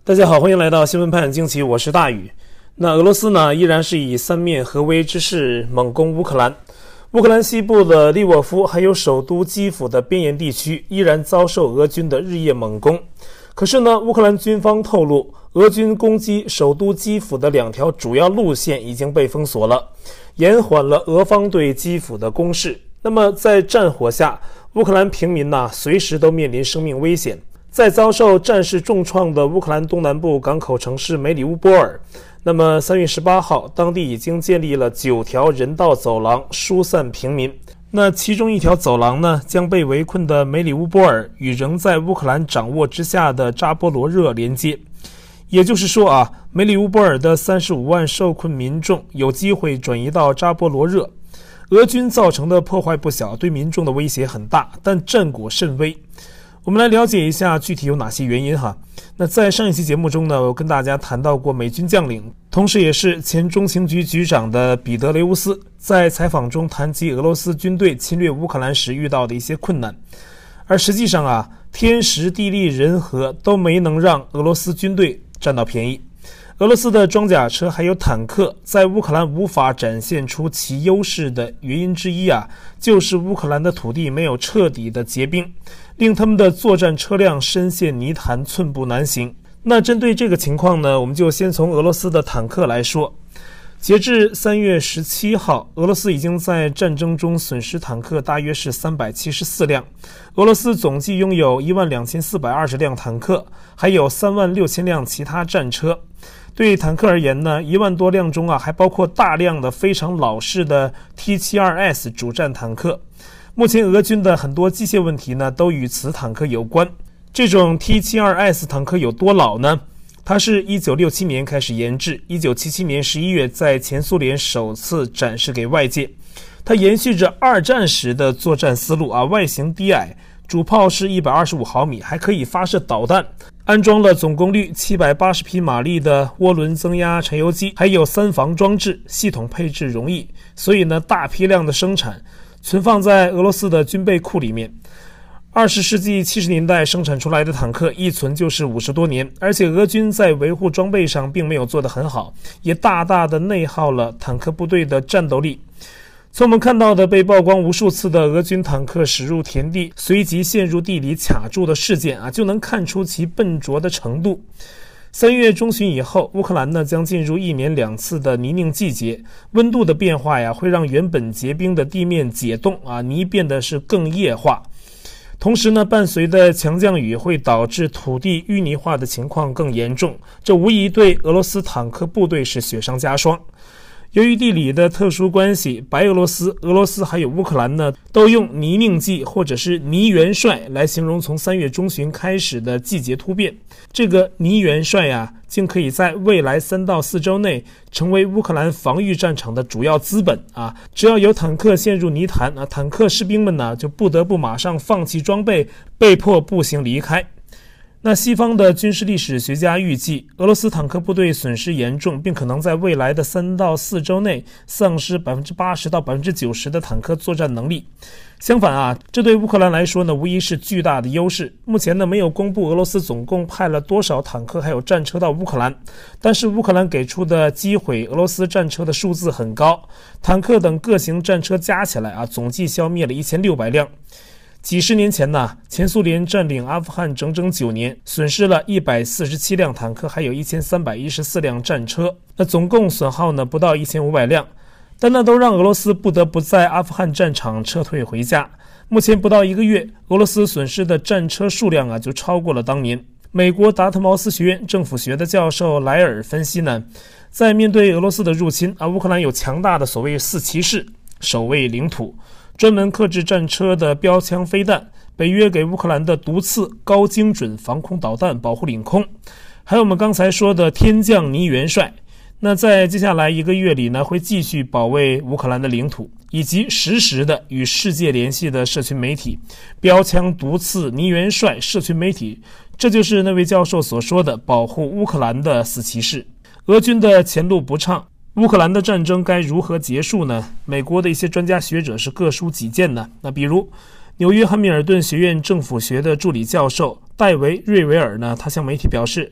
大家好，欢迎来到新闻判惊奇，我是大宇。那俄罗斯呢，依然是以三面合围之势猛攻乌克兰。乌克兰西部的利沃夫还有首都基辅的边沿地区依然遭受俄军的日夜猛攻。可是呢，乌克兰军方透露，俄军攻击首都基辅的两条主要路线已经被封锁了，延缓了俄方对基辅的攻势。那么在战火下，乌克兰平民随时都面临生命危险。在遭受战事重创的乌克兰东南部港口城市梅里乌波尔，那么3月18号，当地已经建立了9条人道走廊疏散平民。那其中一条走廊呢，将被围困的梅里乌波尔与仍在乌克兰掌握之下的扎波罗热连接。也就是说梅里乌波尔的35万受困民众有机会转移到扎波罗热。俄军造成的破坏不小，对民众的威胁很大，但战果甚微。我们来了解一下具体有哪些原因哈。那在上一期节目中呢，我跟大家谈到过美军将领，同时也是前中情局局长的彼得雷乌斯在采访中谈及俄罗斯军队侵略乌克兰时遇到的一些困难。而实际上天时地利人和都没能让俄罗斯军队占到便宜。俄罗斯的装甲车还有坦克在乌克兰无法展现出其优势的原因之一就是乌克兰的土地没有彻底的结冰，令他们的作战车辆深陷泥潭，寸步难行。那针对这个情况呢，我们就先从俄罗斯的坦克来说。截至3月17号，俄罗斯已经在战争中损失坦克大约是374辆。俄罗斯总计拥有12420辆坦克，还有36000辆其他战车。对坦克而言呢，1万多辆中还包括大量的非常老式的 T72S 主战坦克。目前俄军的很多机械问题呢，都与此坦克有关。这种 T72S 坦克有多老呢？它是1967年开始研制，1977年11月在前苏联首次展示给外界。它延续着二战时的作战思路外形低矮，主炮是125毫米，还可以发射导弹，安装了总功率780匹马力的涡轮增压柴油机，还有3防装置，系统配置容易，所以呢大批量的生产，存放在俄罗斯的军备库里面。20世纪70年代生产出来的坦克一存就是50多年，而且俄军在维护装备上并没有做得很好，也大大的内耗了坦克部队的战斗力。从我们看到的被曝光无数次的俄军坦克驶入田地，随即陷入地里卡住的事件就能看出其笨拙的程度。3月中旬以后，乌克兰呢将进入1年2次的泥泞季节，温度的变化会让原本结冰的地面解冻泥变得是更液化。同时呢，伴随的强降雨会导致土地淤泥化的情况更严重，这无疑对俄罗斯坦克部队是雪上加霜。由于地理的特殊关系，白俄罗斯、俄罗斯还有乌克兰呢，都用泥泞季或者是泥元帅来形容从3月中旬开始的季节突变。这个泥元帅竟可以在未来3到4周内成为乌克兰防御战场的主要资本只要有坦克陷入泥潭坦克士兵们呢就不得不马上放弃装备，被迫步行离开。那西方的军事历史学家预计，俄罗斯坦克部队损失严重，并可能在未来的3到4周内丧失80%到90%的坦克作战能力。相反这对乌克兰来说呢，无疑是巨大的优势。目前呢，没有公布俄罗斯总共派了多少坦克还有战车到乌克兰，但是乌克兰给出的击毁俄罗斯战车的数字很高，坦克等各型战车加起来总计消灭了1600辆。几十年前前苏联占领阿富汗整整9年，损失了147辆坦克，还有1314辆战车，那总共损耗呢不到1500辆，但那都让俄罗斯不得不在阿富汗战场撤退回家。目前不到1个月，俄罗斯损失的战车数量就超过了当年。美国达特茅斯学院政府学的教授莱尔分析呢，在面对俄罗斯的入侵乌克兰有强大的所谓4骑士守卫领土，专门克制战车的标枪飞弹，北约给乌克兰的毒刺高精准防空导弹保护领空，还有我们刚才说的天降泥元帅。那在接下来1个月里呢，会继续保卫乌克兰的领土，以及实时的与世界联系的社群媒体，标枪毒刺泥元帅社群媒体，这就是那位教授所说的保护乌克兰的4骑士。俄军的前路不畅，乌克兰的战争该如何结束呢？美国的一些专家学者是各抒己见的。那比如纽约汉密尔顿学院政府学的助理教授戴维·瑞维尔呢，他向媒体表示，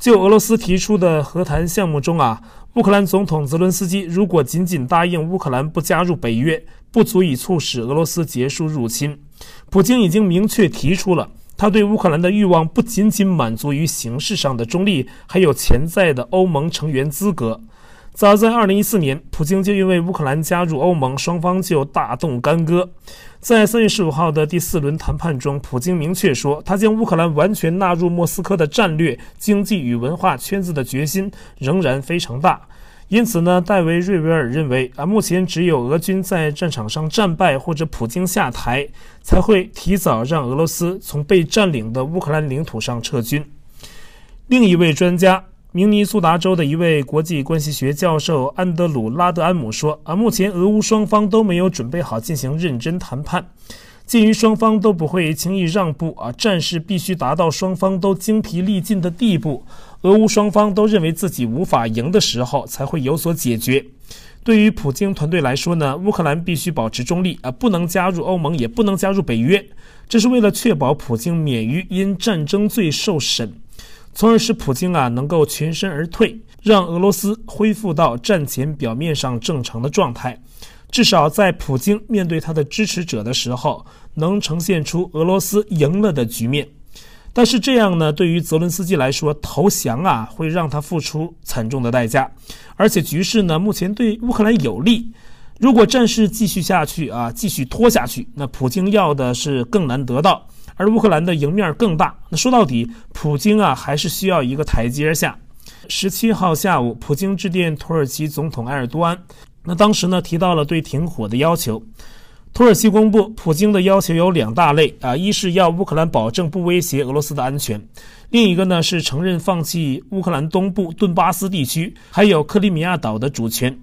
就俄罗斯提出的和谈项目中乌克兰总统泽伦斯基如果仅仅答应乌克兰不加入北约，不足以促使俄罗斯结束入侵。普京已经明确提出了他对乌克兰的欲望不仅仅满足于形式上的中立，还有潜在的欧盟成员资格。早在2014年，普京就因为乌克兰加入欧盟，双方就大动干戈。在3月15号的第4轮谈判中，普京明确说，他将乌克兰完全纳入莫斯科的战略、经济与文化圈子的决心仍然非常大。因此呢，戴维·瑞维尔认为目前只有俄军在战场上战败或者普京下台，才会提早让俄罗斯从被占领的乌克兰领土上撤军。另一位专家，明尼苏达州的一位国际关系学教授安德鲁·拉德安姆说目前俄乌双方都没有准备好进行认真谈判，鉴于双方都不会轻易让步战事必须达到双方都精疲力尽的地步，俄乌双方都认为自己无法赢的时候才会有所解决。对于普京团队来说呢，乌克兰必须保持中立不能加入欧盟，也不能加入北约，这是为了确保普京免于因战争罪受审，从而使普京能够全身而退，让俄罗斯恢复到战前表面上正常的状态。至少在普京面对他的支持者的时候，能呈现出俄罗斯赢了的局面。但是这样呢，对于泽伦斯基来说，投降会让他付出惨重的代价，而且局势呢目前对乌克兰有利。如果战事继续下去继续拖下去，那普京要的是更难得到，而乌克兰的赢面更大。那说到底，普京还是需要一个台阶下。17号下午，普京致电土耳其总统埃尔多安，那当时呢提到了对停火的要求。土耳其公布，普京的要求有2大类一是要乌克兰保证不威胁俄罗斯的安全，另一个呢是承认放弃乌克兰东部顿巴斯地区还有克里米亚岛的主权。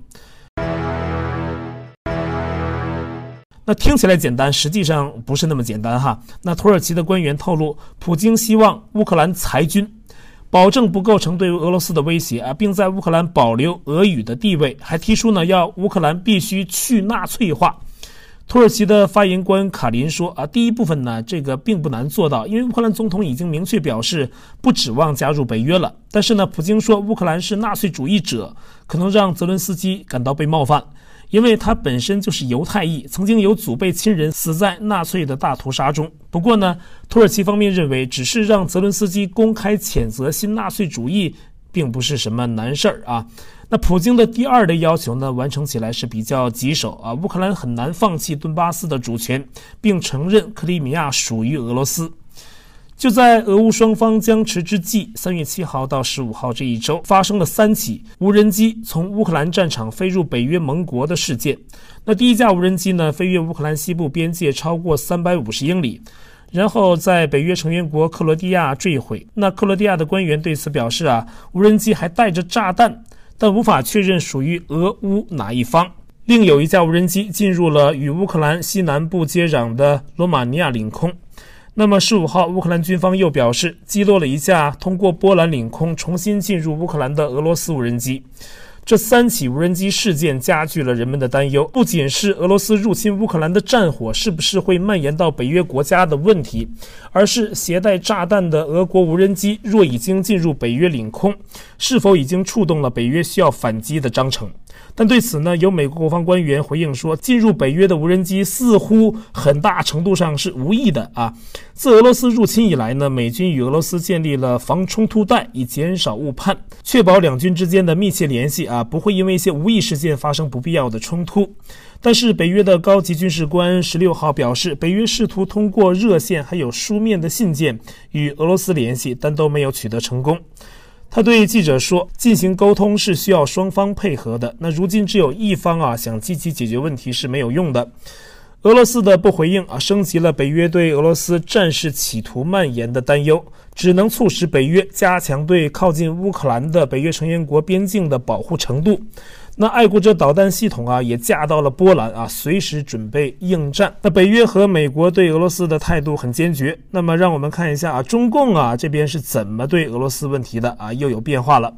那听起来简单，实际上不是那么简单哈。那土耳其的官员透露，普京希望乌克兰裁军，保证不构成对俄罗斯的威胁并在乌克兰保留俄语的地位，还提出呢要乌克兰必须去纳粹化。土耳其的发言官卡林说第一部分呢这个并不难做到，因为乌克兰总统已经明确表示不指望加入北约了。但是呢，普京说乌克兰是纳粹主义者，可能让泽伦斯基感到被冒犯，因为他本身就是犹太裔，曾经有祖辈亲人死在纳粹的大屠杀中。不过呢，土耳其方面认为只是让泽伦斯基公开谴责新纳粹主义并不是什么难事儿那普京的第2类要求呢，完成起来是比较棘手乌克兰很难放弃顿巴斯的主权，并承认克里米亚属于俄罗斯。就在俄乌双方僵持之际，3月7号到15号这一周发生了3起无人机从乌克兰战场飞入北约盟国的事件。那第一架无人机呢，飞越乌克兰西部边界超过350英里，然后在北约成员国克罗地亚坠毁。那克罗地亚的官员对此表示无人机还带着炸弹，但无法确认属于俄乌哪一方。另有一架无人机进入了与乌克兰西南部接壤的罗马尼亚领空。那么15号，乌克兰军方又表示击落了一架通过波兰领空重新进入乌克兰的俄罗斯无人机。这3起无人机事件加剧了人们的担忧，不仅是俄罗斯入侵乌克兰的战火是不是会蔓延到北约国家的问题，而是携带炸弹的俄国无人机若已经进入北约领空，是否已经触动了北约需要反击的章程。但对此呢，有美国国防官员回应说，进入北约的无人机似乎很大程度上是无意的自俄罗斯入侵以来呢，美军与俄罗斯建立了防冲突带，以减少误判，确保两军之间的密切联系不会因为一些无意事件发生不必要的冲突。但是北约的高级军事官16号表示，北约试图通过热线还有书面的信件与俄罗斯联系，但都没有取得成功。他对记者说，进行沟通是需要双方配合的，那如今只有一方想积极解决问题是没有用的。俄罗斯的不回应升级了北约对俄罗斯战事企图蔓延的担忧，只能促使北约加强对靠近乌克兰的北约成员国边境的保护程度。那爱国者导弹系统也架到了波兰随时准备应战。那北约和美国对俄罗斯的态度很坚决。那么让我们看一下中共这边是怎么对俄罗斯问题的又有变化了。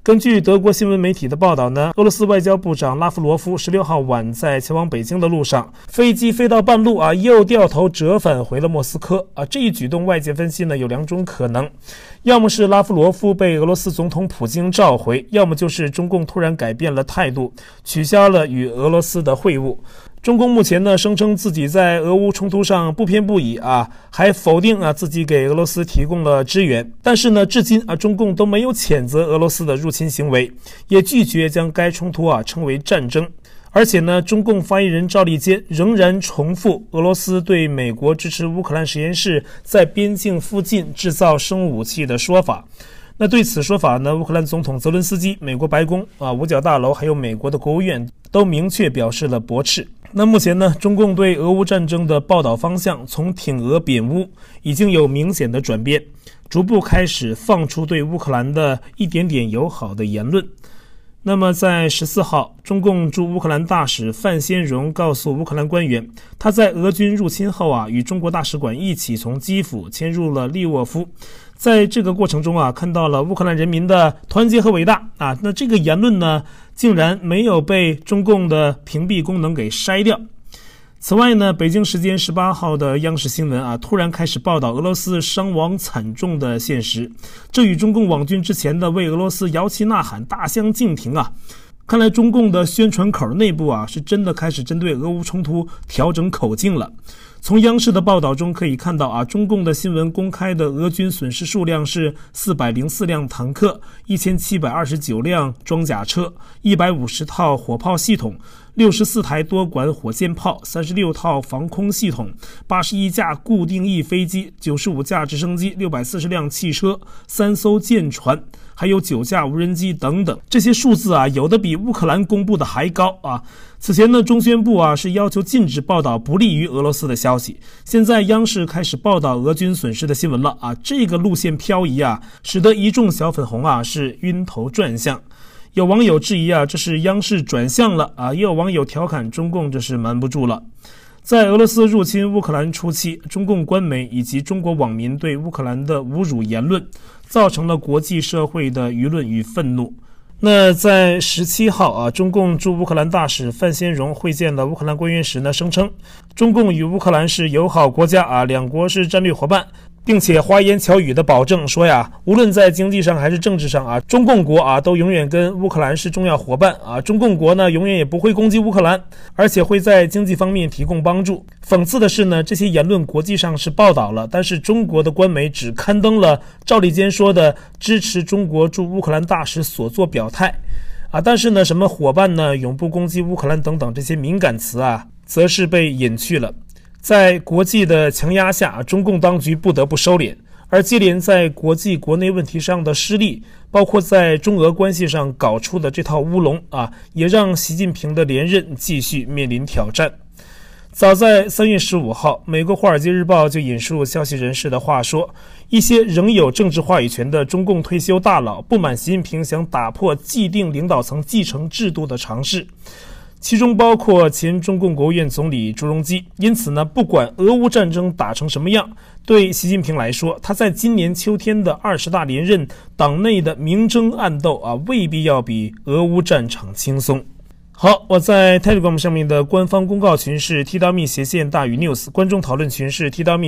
根据德国新闻媒体的报道呢，俄罗斯外交部长拉夫罗夫16号晚在前往北京的路上，飞机飞到半路又掉头折返回了莫斯科这一举动外界分析呢有2种可能，要么是拉夫罗夫被俄罗斯总统普京召回，要么就是中共突然改变了态度，取消了与俄罗斯的会晤。中共目前呢声称自己在俄乌冲突上不偏不倚还否定自己给俄罗斯提供了支援，但是呢至今中共都没有谴责俄罗斯的入侵行为，也拒绝将该冲突称为战争。而且呢，中共发言人赵立坚仍然重复俄罗斯对美国支持乌克兰实验室在边境附近制造生物武器的说法。那对此说法呢，乌克兰总统泽伦斯基、美国白宫五角大楼还有美国的国务院都明确表示了驳斥。那目前呢，中共对俄乌战争的报道方向从挺俄贬乌已经有明显的转变，逐步开始放出对乌克兰的一点点友好的言论。那么在14号，中共驻乌克兰大使范先荣告诉乌克兰官员，他在俄军入侵后与中国大使馆一起从基辅迁入了利沃夫，在这个过程中看到了乌克兰人民的团结和伟大那这个言论呢竟然没有被中共的屏蔽功能给筛掉。此外呢，北京时间18号的央视新闻突然开始报道俄罗斯伤亡惨重的现实，这与中共网军之前的为俄罗斯摇旗呐喊大相径庭看来中共的宣传口内部是真的开始针对俄乌冲突调整口径了。从央视的报道中可以看到中共的新闻公开的俄军损失数量是404辆坦克、1729辆装甲车、150套火炮系统、64台多管火箭炮、36套防空系统、81架固定翼飞机、95架直升机、640辆汽车、3艘舰船，还有9架无人机等等。这些数字有的比乌克兰公布的还高此前呢，中宣部是要求禁止报道不利于俄罗斯的消息，现在央视开始报道俄军损失的新闻了这个路线漂移使得一众小粉红是晕头转向。有网友质疑这是央视转向了也有网友调侃中共这是瞒不住了。在俄罗斯入侵乌克兰初期，中共官媒以及中国网民对乌克兰的侮辱言论，造成了国际社会的舆论与愤怒。那在17号中共驻乌克兰大使范先荣会见了乌克兰官员时呢，声称中共与乌克兰是友好国家两国是战略伙伴，并且花言巧语的保证说无论在经济上还是政治上中共国都永远跟乌克兰是重要伙伴中共国呢永远也不会攻击乌克兰，而且会在经济方面提供帮助。讽刺的是呢，这些言论国际上是报道了，但是中国的官媒只刊登了赵立坚说的支持中国驻乌克兰大使所作表态但是呢，什么伙伴呢、永不攻击乌克兰等等这些敏感词则是被隐去了。在国际的强压下，中共当局不得不收敛，而接连在国际国内问题上的失利，包括在中俄关系上搞出的这套乌龙也让习近平的连任继续面临挑战。早在3月15号，美国《华尔街日报》就引述消息人士的话说，一些仍有政治话语权的中共退休大佬不满习近平想打破既定领导层继承制度的尝试，其中包括前中共国务院总理朱镕基。因此呢，不管俄乌战争打成什么样，对习近平来说，他在今年秋天的20大连任，党内的明争暗斗未必要比俄乌战场轻松。好，我在 Telegram 上面的官方公告群是 t-me/ 大于 news， 观众讨论群是 t-me/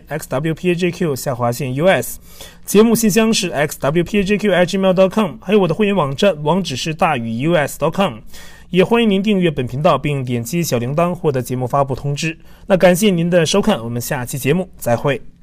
xwpajq_us， 节目信箱是 xwpajq@gmail.com， 还有我的会员网站网址是大于 us.com， 也欢迎您订阅本频道并点击小铃铛获得节目发布通知。那感谢您的收看，我们下期节目再会。